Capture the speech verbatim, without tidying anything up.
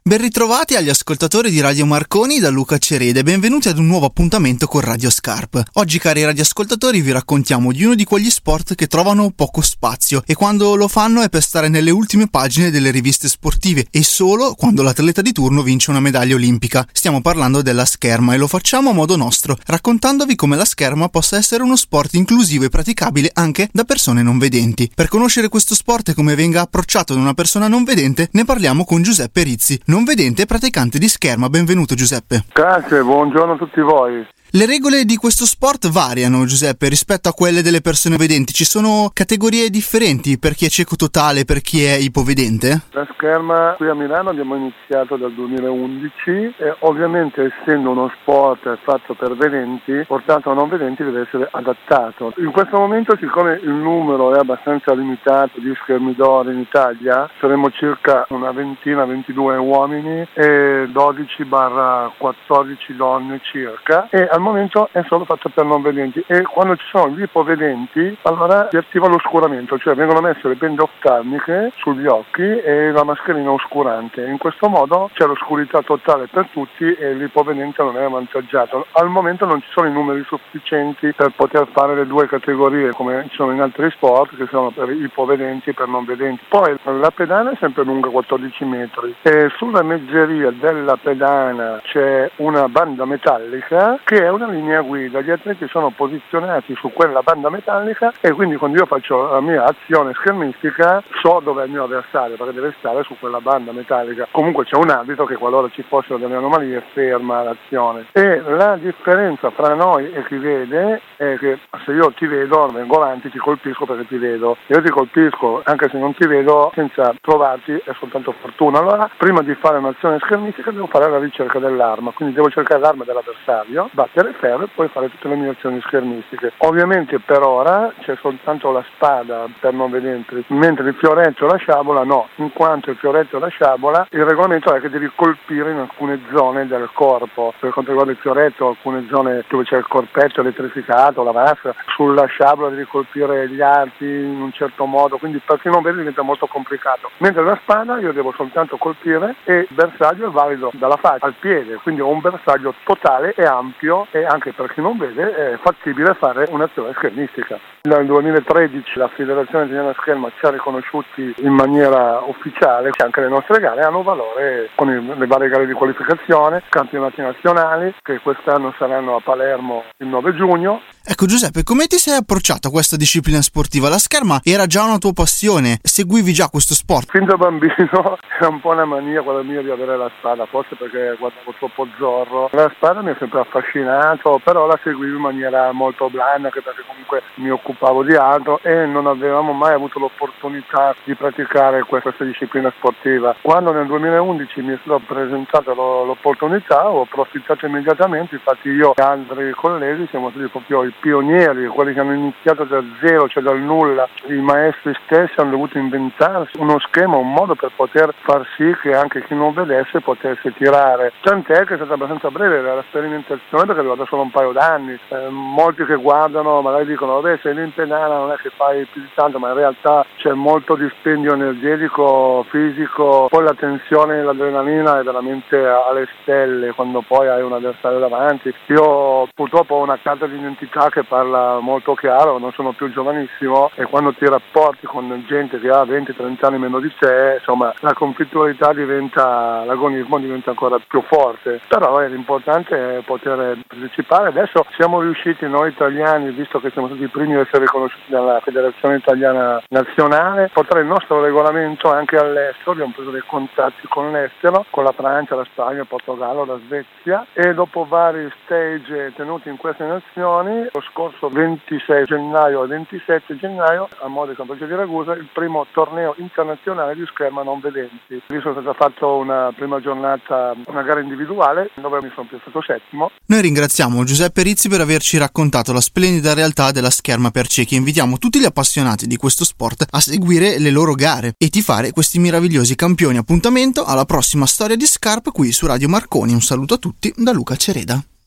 Ben ritrovati agli ascoltatori di Radio Marconi da Luca Cereda e benvenuti ad un nuovo appuntamento con Radio Scarp. Oggi, cari radioascoltatori, vi raccontiamo di uno di quegli sport che trovano poco spazio e quando lo fanno è per stare nelle ultime pagine delle riviste sportive e solo quando l'atleta di turno vince una medaglia olimpica. Stiamo parlando della scherma e lo facciamo a modo nostro, raccontandovi come la scherma possa essere uno sport inclusivo e praticabile anche da persone non vedenti. Per conoscere questo sport e come venga approcciato da una persona non vedente, ne parliamo con Giuseppe Rizzi, non vedente e praticante di scherma. Benvenuto Giuseppe. Grazie, buongiorno a tutti voi. Le regole di questo sport variano, Giuseppe, rispetto a quelle delle persone vedenti. Ci sono categorie differenti per chi è cieco totale e per chi è ipovedente? La scherma qui a Milano abbiamo iniziato dal duemilaundici e ovviamente essendo uno sport fatto per vedenti, portato a non vedenti deve essere adattato. In questo momento, siccome il numero è abbastanza limitato di schermidori in Italia, saremo circa una ventina, ventidue uomini e dodici quattordici donne circa, e al momento è solo fatto per non vedenti, e quando ci sono gli ipovedenti allora si attiva l'oscuramento, cioè vengono messe le bende oftalmiche sugli occhi e la mascherina oscurante. In questo modo c'è l'oscurità totale per tutti e l'ipovedente non è avvantaggiato. Al momento non ci sono i numeri sufficienti per poter fare le due categorie come ci sono in altri sport, che sono per ipovedenti e per non vedenti. Poi la pedana è sempre lunga quattordici metri e sulla meggeria della pedana c'è una banda metallica che è una linea guida. Gli atleti sono posizionati su quella banda metallica e quindi quando io faccio la mia azione schermistica so dove è il mio avversario, perché deve stare su quella banda metallica. Comunque c'è un arbitro che qualora ci fossero delle anomalie ferma l'azione. E la differenza fra noi e chi vede è che se io ti vedo vengo avanti, ti colpisco perché ti vedo. Io ti colpisco anche se non ti vedo senza trovarti, è soltanto fortuna. Allora prima di fare un'azione schermistica devo fare la ricerca dell'arma, quindi devo cercare l'arma dell'avversario, battere ferro e poi fare tutte le mie azioni schermistiche. Ovviamente per ora c'è soltanto la spada per non vedenti, mentre il fioretto e la sciabola no, in quanto il fioretto e la sciabola il regolamento è che devi colpire in alcune zone del corpo. Per quanto riguarda il fioretto, alcune zone dove c'è il corpetto elettrificato, la massa, sulla sciabola devi colpire gli arti in un certo modo, quindi per chi non vede diventa molto complicato. Mentre la spada io devo soltanto colpire e il bersaglio è valido dalla faccia al piede, quindi ho un bersaglio totale e ampio e anche per chi non vede è fattibile fare un'azione schermistica. Nel duemilatredici la Federazione Italiana Scherma ci ha riconosciuti in maniera ufficiale, anche le nostre gare hanno valore con le varie gare di qualificazione, campionati nazionali che quest'anno saranno a Palermo il nove giugno. Ecco Giuseppe, come ti sei approcciato a questa disciplina sportiva? La scherma era già una tua passione? Seguivi già questo sport? Fin da bambino era un po' una mania quella mia di avere la spada, forse perché guardavo troppo Zorro. La spada mi ha sempre affascinato, però la seguivo in maniera molto blanda, anche perché comunque mi occupavo di altro e non avevamo mai avuto l'opportunità di praticare questa disciplina sportiva. Quando nel duemilaundici mi è stata presentata l'opportunità ho approfittato immediatamente, infatti io e altri colleghi siamo stati proprio i pionieri, quelli che hanno iniziato da zero, cioè dal nulla. I maestri stessi hanno dovuto inventarsi uno schema, un modo per poter far sì che anche chi non vedesse potesse tirare. Tant'è che è stata abbastanza breve la sperimentazione perché è durata solo un paio d'anni. Eh, molti che guardano magari dicono vabbè sei in pedana non è che fai più di tanto, ma in realtà c'è molto dispendio energetico, fisico, poi la tensione e l'adrenalina è veramente alle stelle quando poi hai un avversario davanti. Io purtroppo ho una carta di identità che parla molto chiaro, non sono più giovanissimo e quando ti rapporti con gente che ha venti trenta anni meno di te, insomma la conflittualità diventa, l'agonismo diventa ancora più forte, però è l'importante è poter partecipare. Adesso siamo riusciti noi italiani, visto che siamo stati i primi a essere riconosciuti dalla Federazione Italiana Nazionale, portare il nostro regolamento anche all'estero. Abbiamo preso dei contatti con l'estero, con la Francia, la Spagna, il Portogallo, la Svezia, e dopo vari stage tenuti in queste nazioni lo scorso ventisei gennaio e ventisette gennaio a Modica, in provincia di Ragusa, il primo torneo internazionale di scherma non vedenti. Lì sono stata fatta una prima giornata, una gara individuale dove mi sono piazzato settimo. Noi ringraziamo Giuseppe Rizzi per averci raccontato la splendida realtà della scherma per ciechi e invitiamo tutti gli appassionati di questo sport a seguire le loro gare e tifare questi meravigliosi campioni. Appuntamento alla prossima storia di Scarp qui su Radio Marconi. Un saluto a tutti da Luca Cereda.